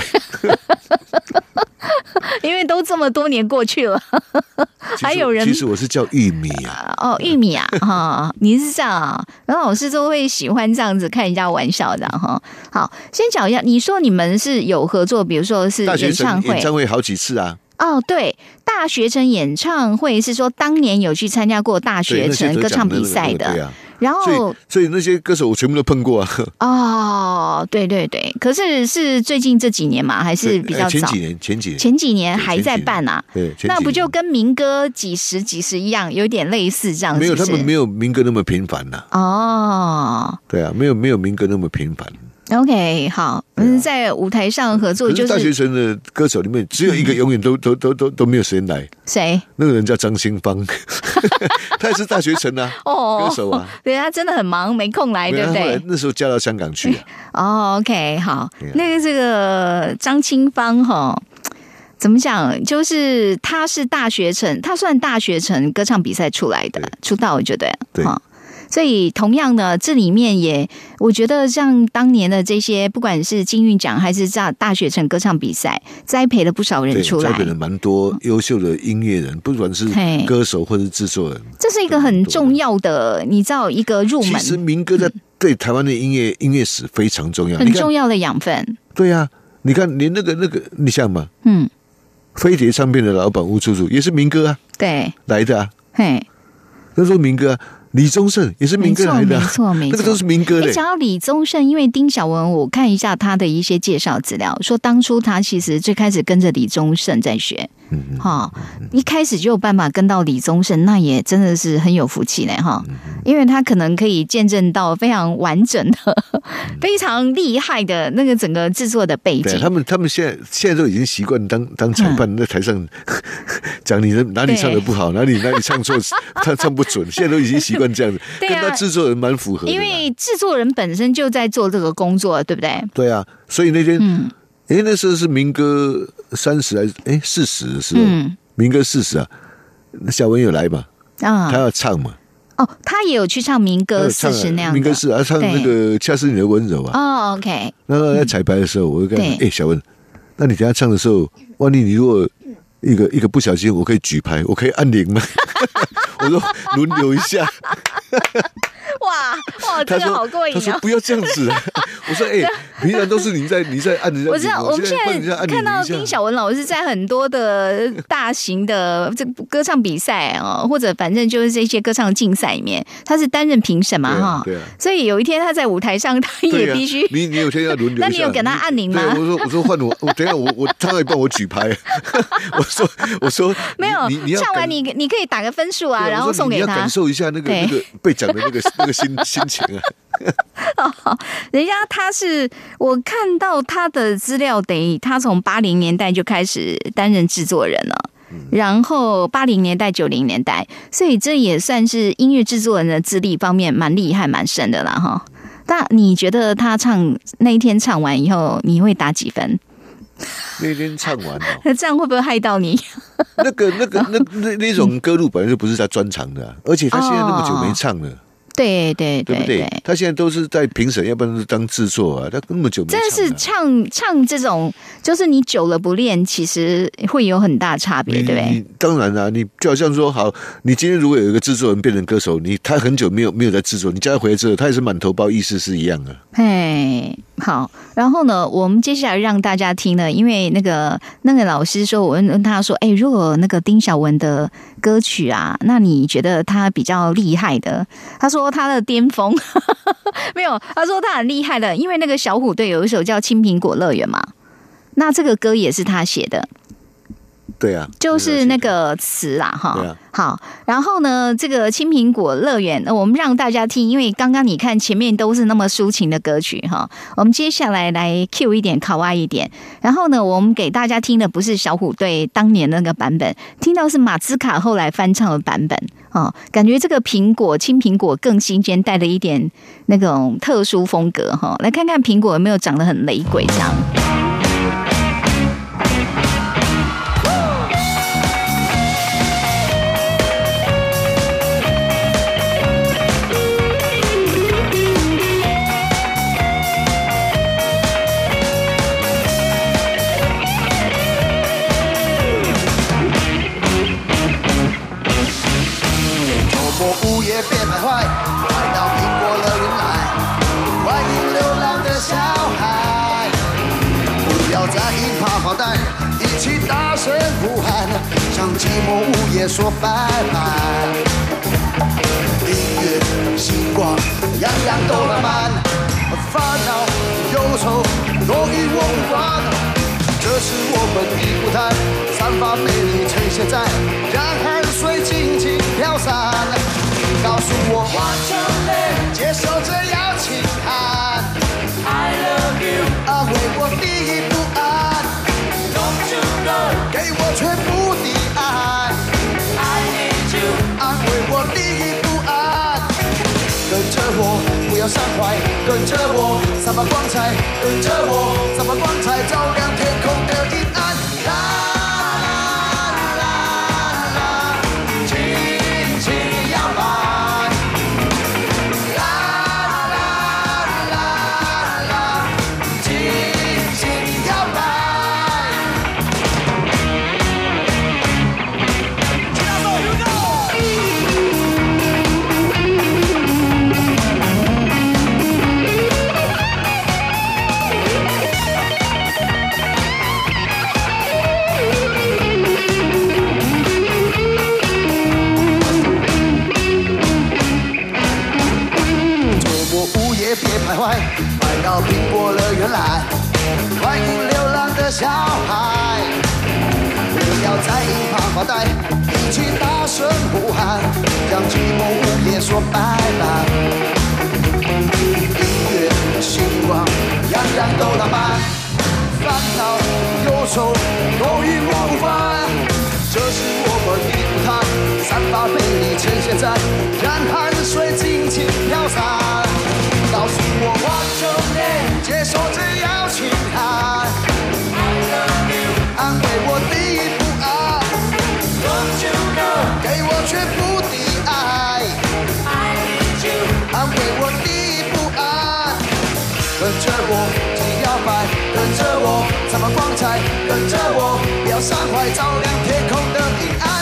因为都这么多年过去了，还有人。 其实我是叫玉米啊。 哦，玉米啊，哈，你是这样啊？然后老师都会喜欢这样子开人家玩笑的哈。好，先讲一下，你说你们是有合作，比如说是演唱会， 演唱会好几次啊。 哦，对，大学城演唱会是说当年有去参加过大学城歌唱比赛的。然后， 所以那些歌手我全部都碰过啊。 哦，对，可是最近这几年嘛，还是比较早。前几年还在办啊。对，那不就跟民歌几时一样，有点类似这样子？ 没有，他们没有民歌那么频繁呐。 哦， 对啊，没有民歌那么频繁。 OK， 好，在舞台上合作，就是大学城的歌手里面只有一个永远都没有时间来。 谁？ 那个人叫张清芳，他也是大学城啊，歌手啊。 对，他真的很忙，没空来，对不对？ 那时候嫁到香港去啊。OK， 好，那个这个张清芳哈，怎么讲？就是他是大学城，他算大学城歌唱比赛出来的，出道就对了。对。所以同样的，这里面也我觉得像当年的这些，不管是金韵奖还是大学城歌唱比赛，栽培了不少人出来， 栽培了蛮多优秀的音乐人，不管是歌手或是制作人。 这是一个很重要的，你知道一个入门。 其实民歌在对台湾的音乐史非常重要， 很重要的养分。 对啊，你看连那个，你想嘛，飞碟唱片的老板吴楚楚也是民歌啊， 对， 来的啊，那时候民歌啊。李宗盛也是民歌来的， 没错， 那个都是民歌的。 讲到李宗盛，因为丁晓文，我看一下他的一些介绍资料，说当初他其实最开始跟着李宗盛在学，一开始就有办法跟到李宗盛，那也真的是很有福气呢哈，因为他可能可以见证到非常完整的、非常厉害的那个整个制作的背景。 他们现在都已经习惯当裁判，在台上讲你哪里唱的不好，哪里唱错，他唱不准，现在都已经习惯这样子，跟他制作人蛮符合的。 因为制作人本身就在做这个工作，对不对？ 对啊，所以那天，那时候是民歌30还是40的时候，民歌40啊，小文有来嘛？他要唱嘛？ 哦，他也有去唱民歌40那样的。 民歌40啊，唱那个《恰是你的温柔》啊。 哦 ，OK。 然后在彩排的时候，我就跟他小文，那你等一下唱的时候，万一你如果一个不小心，我可以举牌，我可以按铃吗？我说轮流一下。 哇，这个好过瘾啊！ 他说不要这样子啊！我说平常都是你在按人家。 我知道，我们现在看到丁晓文老师在很多的大型的这歌唱比赛或者反正就是这些歌唱竞赛里面，他是担任评审嘛哈。对啊。所以有一天他在舞台上，他也必须。 你有天要轮流。 那你有给他按铃吗？ 我说换我等一下我唱到一半我举牌。我说没有， 你唱完你可以打个分数啊，然后送给他。 你要感受一下那个被奖的那个心情啊。 人家我看到他的资料，等于他从80年代就开始担任制作人了，然后80年代、90年代，所以这也算是音乐制作人的资历方面蛮厉害、蛮深的啦哈。那你觉得他那一天唱完以后，你会打几分？ 那天唱完这样会不会害到你？ 那种歌路本来就不是他专长的，而且他现在那么久没唱了。 对不对？他现在都是在评审，要不然是当制作啊，他那么久没唱了。 真是唱这种，就是你久了不练，其实会有很大差别，对不对？ 当然啦，你就好像说，好，你今天如果有一个制作人变成歌手，他很久没有在制作，你叫他回来之后，他也是满头包，意思是一样的。 嘿，好，然后呢，我们接下来让大家听呢，因为那个老师说，我问他说，如果那个丁晓雯的歌曲啊，那你觉得他比较厉害的？他说他的巅峰没有，他说他很厉害的，因为那个小虎队有一首叫《青苹果乐园》嘛，那这个歌也是他写的。 对啊， 就是那个词啦，哈。 对啊。 好，然后呢，这个青苹果乐园，我们让大家听，因为刚刚你看前面都是那么抒情的歌曲哈，我们接下来来 Q 一点，卡哇一点。然后呢，我们给大家听的不是小虎队当年那个版本，听到是马兹卡后来翻唱的版本哦，感觉这个青苹果更新鲜，带了一点那种特殊风格哈。来看看苹果有没有长得很雷鬼这样。 午夜别徘徊，快到苹果乐园来，欢迎流浪的小孩。不要再怕发呆，一起大声呼喊，向寂寞午夜说拜拜。音乐、星光，样样都浪漫，烦恼、忧愁都与我无关。这是我们的舞台，散发魅力呈现在，让汗水尽情飘散。告诉我 What's your name， 接受这邀请函 I love you， 安慰我的不安 Don't you know， 给我全部的爱 I need you， 安慰我的不安。跟着我不要伤怀，跟着我散发光彩，跟着我散发光彩，照亮天空的阴暗。快到苹果乐园来，欢迎流浪的小孩。不要再一旁发呆，一起大声呼喊，让寂寞午夜说拜拜。音乐、星光，样样都浪漫，烦恼、忧愁都与我无关。这是我们的舞台，散发魅力呈现在，让汗水尽情飘散。告诉我 What's your name， 接受这邀请函 I love you， 安慰我的不安 Don't you know， 给我全部的爱 I need you， 安慰我的不安。跟着我尽情摇摆，跟着我散发光彩，跟着我不要伤怀，照亮天空的阴暗。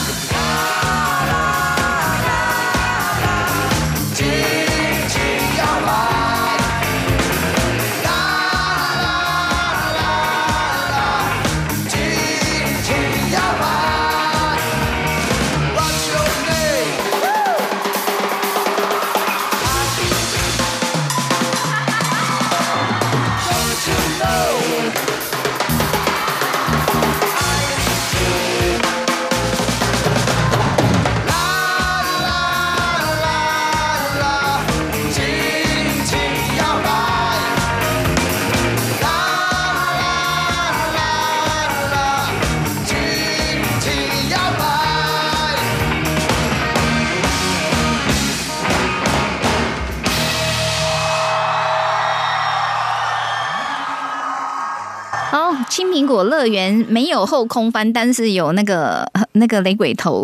青苹果乐园没有后空翻，但是有那个雷鬼头，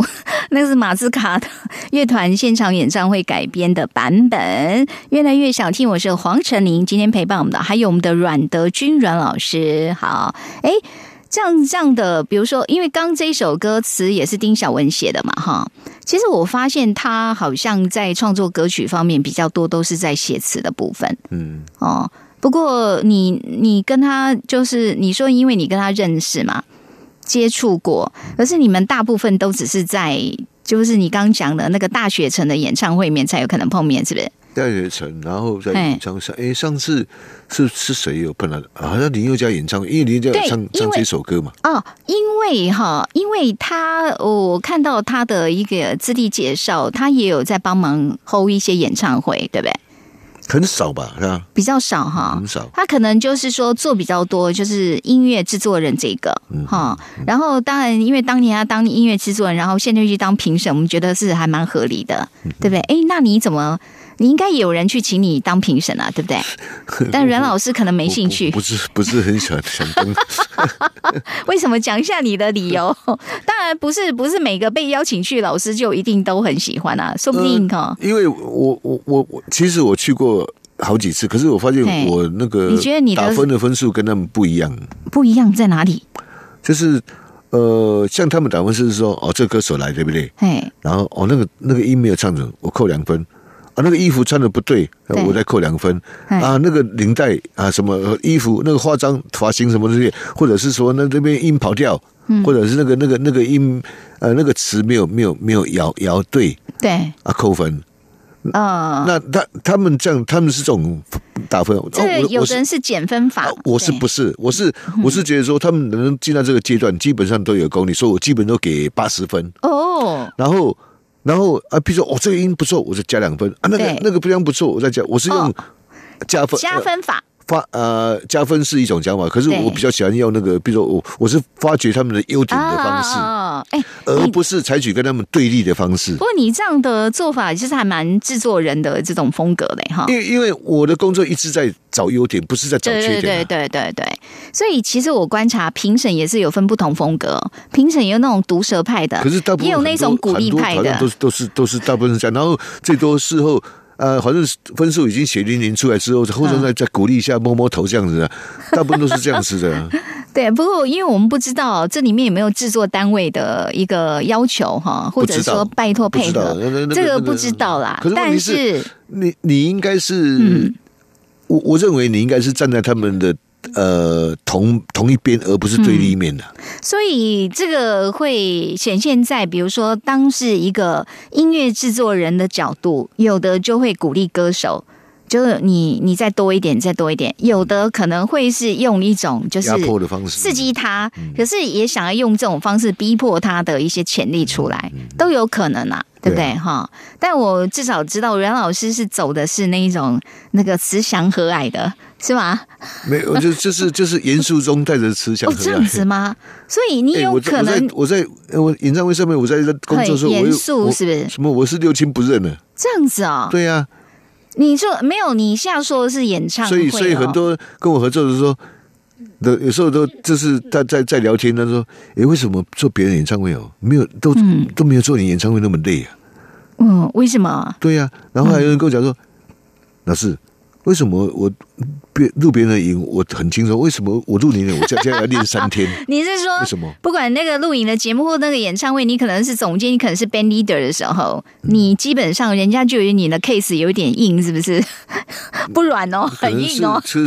那是马自卡的乐团现场演唱会改编的版本。越来越想听，我是黄晨林，今天陪伴我们的还有我们的阮德军阮老师。好，这样的，比如说，因为刚这一首歌词也是丁晓文写的嘛，哈。其实我发现他好像在创作歌曲方面比较多都是在写词的部分，不过你跟他就是你说，因为你跟他认识嘛，接触过，可是你们大部分都只是在就是你刚讲的那个大学城的演唱会里面才有可能碰面，是不是？ 大学城，然后在演唱会上，上次是谁有碰到？好像林宥嘉演唱会，因为林宥嘉唱这首歌嘛。 因为我看到他的一个资历介绍，他也有在帮忙 hold 一些演唱会，对不对？ 很少吧，是吧？ 比较少哈， 很少。 他可能就是说做比较多，就是音乐制作人这个然后当然，因为当年他当音乐制作人，然后现在去当评审，我们觉得是还蛮合理的，对不对？那你怎么？你应该有人去请你当评审啊，对不对？但阮老师可能没兴趣， 不是很想当。 为什么？讲一下你的理由。当然不是每个被邀请去的老师就一定都很喜欢啊，说不定因为我其实我去过好几次，可是我发现我那个你觉得你打分的分数跟他们不一样。 不一样在哪里？ 就是像他们打分是说这个歌手来对不对？然后那个音没有唱准，我扣2分。那个衣服穿的不对，我再扣2分啊。那个领带啊，什么衣服，那个化妆发型什么这些，或者是说那边音跑调，或者是那个音那个词没有摇对， 对扣分。那他们这样，他们是这种打分。 这有的人是减分法， 我是觉得说他们能进到这个阶段，基本上都有功力，所以我基本都给80分然后比如说这个音不错，我就加2分啊。那个非常不错，我再加。我是用加分法。 加分是一种讲法，可是我比较喜欢用那个，比如说我是发掘他们的优点的方式，而不是采取跟他们对立的方式。 不过你这样的做法其实还蛮制作人的这种风格的哈。 因为我的工作一直在找优点，不是在找缺点。 对。所以其实我观察评审也是有分不同风格，评审也有那种毒舌派的， 可是大部分也有那种鼓励派的， 都是大部分是这样。然后最多事后。反正分数已经血淋淋出来之后，后头再鼓励一下，摸头这样子的，大部分都是这样子的。 对，不过因为我们不知道这里面有没有制作单位的一个要求哈，或者说拜托配合，这个不知道啦。但是你应该是，我认为你应该是站在他们的同一边，而不是对立面的。 所以这个会显现在，比如说，当是一个音乐制作人的角度，有的就会鼓励歌手，就是你再多一点，再多一点；有的可能会是用一种就是压迫的方式刺激他，可是也想要用这种方式逼迫他的一些潜力出来，都有可能啊。对不对哈？但我至少知道阮老师是走的是那一种那个慈祥和蔼的，是吗？ 没有，就是严肃中带着慈祥和蔼。 这样子吗？所以你有可能我在演唱会上面，我在工作的时候， 严肃是不是？ 什么？我是六亲不认的。这样子哦。 对呀。 你说没有？你现在说的是演唱会， 所以很多跟我合作的说。有时候都就是在聊天，他说：“为什么做别人演唱会没有都没有做你演唱会那么累啊？” 为什么？ 对呀。然后还有人跟我讲说：“老师，为什么我录别人的影我很轻松，为什么我录你的我家要练3天？” 你是说为什么？ 不管那个录影的节目或那个演唱会，你可能是总监，你可能是 band leader 的时候，你基本上人家就有你的 case 有点硬，是不是？不软哦，很硬哦。 是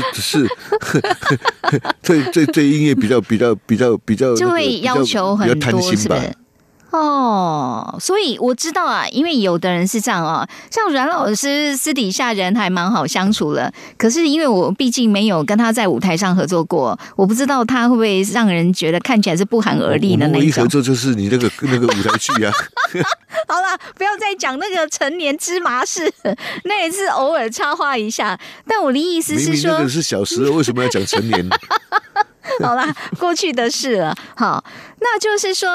对音乐比较就会要求很多，是不是？所以我知道啊，因为有的人是这样啊，像阮老师私底下人还蛮好相处的，可是因为我毕竟没有跟他在舞台上合作过，我不知道他会不会让人觉得看起来是不寒而栗的那种。 我一合作就是你那个舞台剧啊。 好了，不要再讲那个陈年芝麻事，那一次偶尔插话一下，但我的意思是说， 明明那个是小时候，为什么要讲陈年？ 好啦，过去的事了。好，那就是说。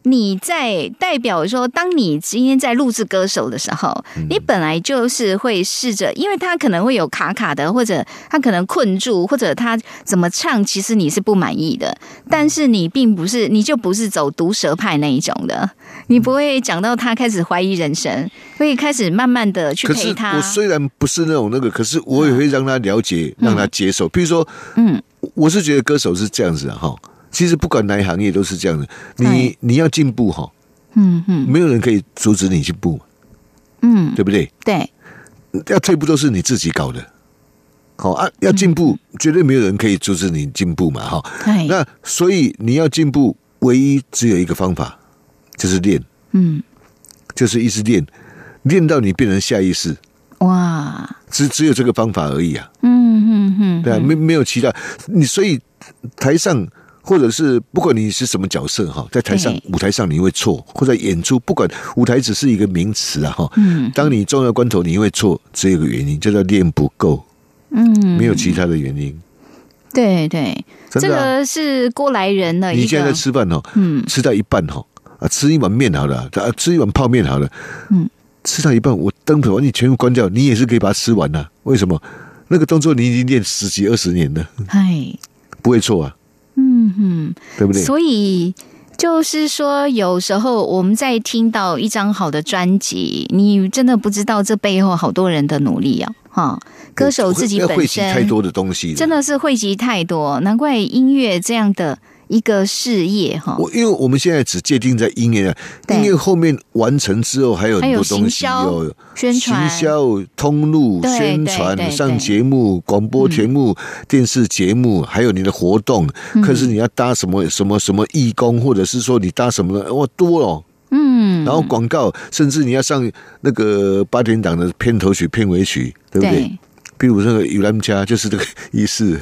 你在代表说，当你今天在录制歌手的时候，你本来就是会试着，因为他可能会有卡卡的，或者他可能困住，或者他怎么唱，其实你是不满意的，但是你并不是，你就不是走毒舌派那一种的，你不会讲到他开始怀疑人生，会开始慢慢的去陪他。 可是我虽然不是那个，可是我也会让他了解，让他接受。比如说，我是觉得歌手是这样子啊，哈。其实不管哪一行业都是这样的，你要进步哈，没有人可以阻止你进步，对不对？ 对， 要退步都是你自己搞的，好啊，要进步绝对没有人可以阻止你进步嘛，哈。那所以你要进步，唯一只有一个方法，就是练，就是一直练到你变成下意识，哇，只有这个方法而已啊，对啊，没有其他，你所以台上。或者是不管你是什么角色哈，在台上舞台上你会错，或者演出，不管舞台只是一个名词啊哈。当你重要关头你会错，只有一个原因，叫做练不够。没有其他的原因。 对对，这个是过来人的一个。 你现在在吃饭哈，吃到一半哈，吃一碗面好了，吃一碗泡面好了，吃到一半我灯泡你全部关掉，你也是可以把它吃完的。为什么？那个动作你已经练10几20年了，不会错啊。对不对？ 所以就是说，有时候我们在听到一张好的专辑，你真的不知道这背后好多人的努力啊！哈，歌手自己本身汇集太多的东西， 真的是汇集太多，难怪音乐这样的一个事业哈。 因为我们现在只界定在音乐，音乐后面完成之后还有很多东西，有宣传、 行销、通路、宣传、上节目、广播节目、电视节目，还有你的活动。可是你要搭什么义工，或者是说你搭什么的，哇，多了。然后广告，甚至你要上那个8点档的片头曲、片尾曲，对不对？比如那个有咱家就是这个意思。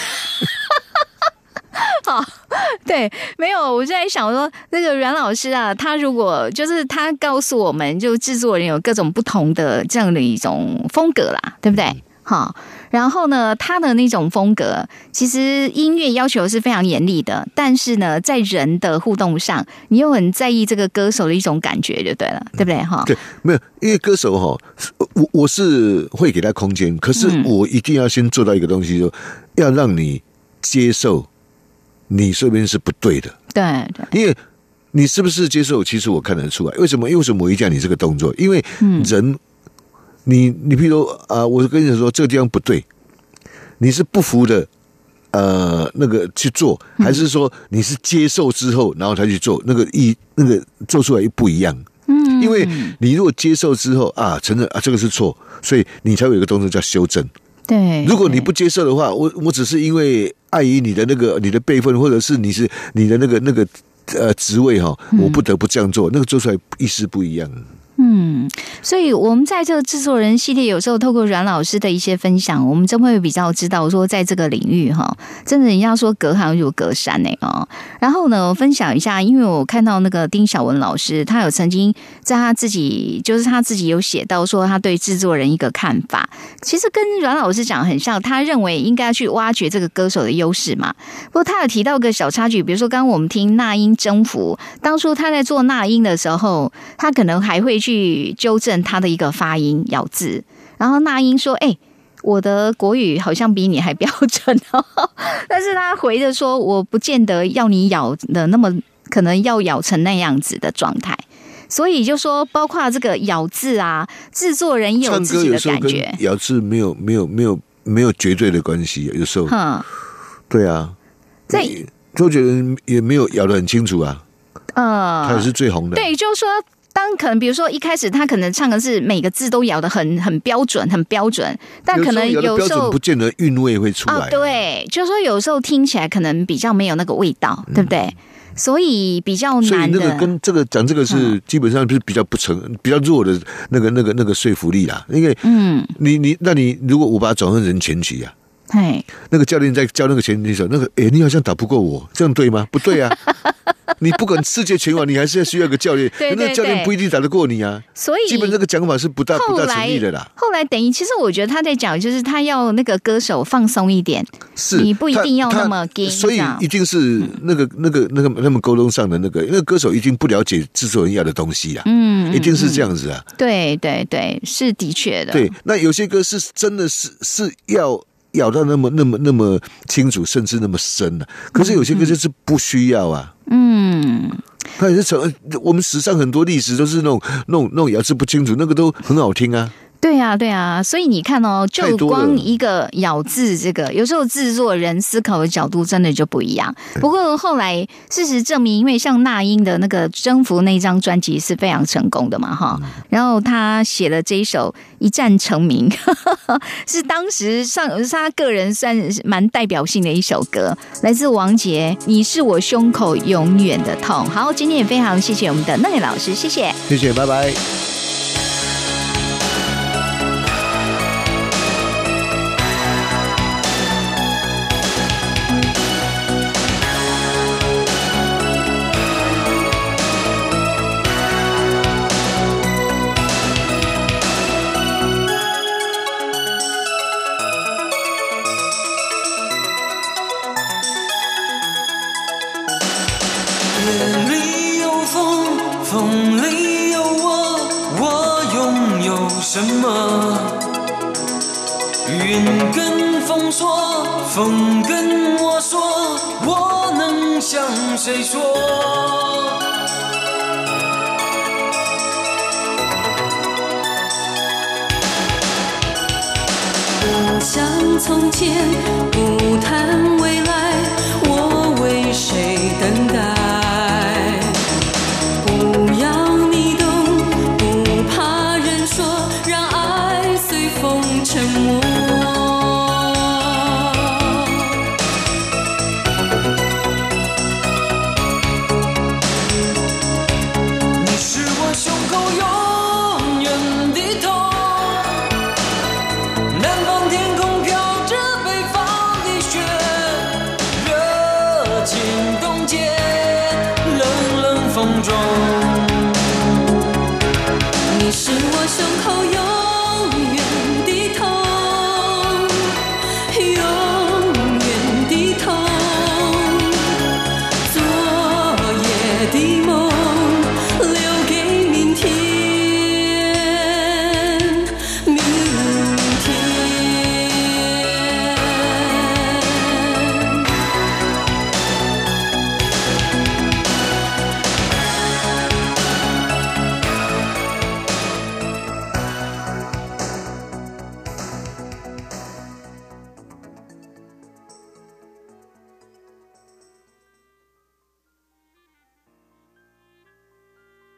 好，对，没有，我就在想说，那个阮老师啊，他如果就是他告诉我们，就制作人有各种不同的这样的一种风格啦，对不对？好，然后呢，他的那种风格，其实音乐要求是非常严厉的，但是呢，在人的互动上，你又很在意这个歌手的一种感觉，就对了，对不对？哈， 对，没有，因为歌手哈，我是会给他空间，可是我一定要先做到一个东西，就要让你接受。你这边是不对的， 对， 因为你是不是接受？其实我看得出来，为什么我一讲你这个动作？因为人，你譬如我跟你说这个地方不对，你是不服的，那个去做，还是说你是接受之后，然后才去做？那个做出来又不一样。因为你如果接受之后承认这个是错，所以你才有一个动作叫修正。 对， 如果你不接受的话，我只是因为碍于你的辈分，或者是你的那个职位哈，我不得不这样做，那个做出来意思不一样。 所以我们在这个制作人系列，有时候透过阮老师的一些分享，我们真会比较知道说，在这个领域哈，真的人家说隔行如隔山哦。然后呢，我分享一下，因为我看到那个丁晓文老师，他有曾经在他自己有写到说，他对制作人一个看法，其实跟阮老师讲很像，他认为应该去挖掘这个歌手的优势嘛。不过他有提到个小插曲，比如说刚刚我们听那英征服，当初他在做那英的时候，他可能还会去纠正他的一个发音咬字，然后那英说我的国语好像比你还标准哦，但是他回的说我不见得要你咬的那么可能要咬成那样子的状态，所以就说包括这个咬字啊，制作人也有自己的感觉， 咬字没有绝对的关系，有时候对啊，周杰伦也没有咬得很清楚啊，他也是最红的， 对，就是说当可能比如说一开始他可能唱的是每个字都咬得很标准，但可能有时候不见得韵味会出来对，就是说有时候听起来可能比较没有那个味道，对不对？所以比较难的。 所以那个跟这个讲这个是基本上就是比较弱的那个说服力啦，因为你如果我把它转换成全曲啊， 那个教练在教那个前女手，你好像打不过我，这样对吗？不对啊。你不管世界拳王，你还是要需要一个教练， 对对对， 那个教练不一定打得过你啊。 所以基本这个讲法是不大成立的啦。 后来等于，其实我觉得他在讲，就是他要那个歌手放松一点， 是你不一定要那么硬， 所以一定是那么沟通上的那个歌手一定不了解制作人要的东西啊，一定是这样子啊。 对对对，是的确的。 对，那有些歌是真的是要咬到那么清楚，甚至那么深啊。可是有些歌就是不需要啊。它也是我们史上很多历史都是那种咬字不清楚，那个都很好听啊。 对啊，对啊，所以你看哦，就光一个咬字，这个有时候制作人思考的角度真的就不一样。不过后来事实证明，因为像那英的那个《征服》那张专辑是非常成功的嘛，哈，然后他写了这一首一战成名，是当时是他个人算是蛮代表性的一首歌，来自王杰，《你是我胸口永远的痛》。好，今天也非常谢谢我们的那个老师，谢谢， 谢谢，拜拜。 什么？云跟风说，风跟我说，我能向谁说？ 不想从前，不谈未来，我为谁等待？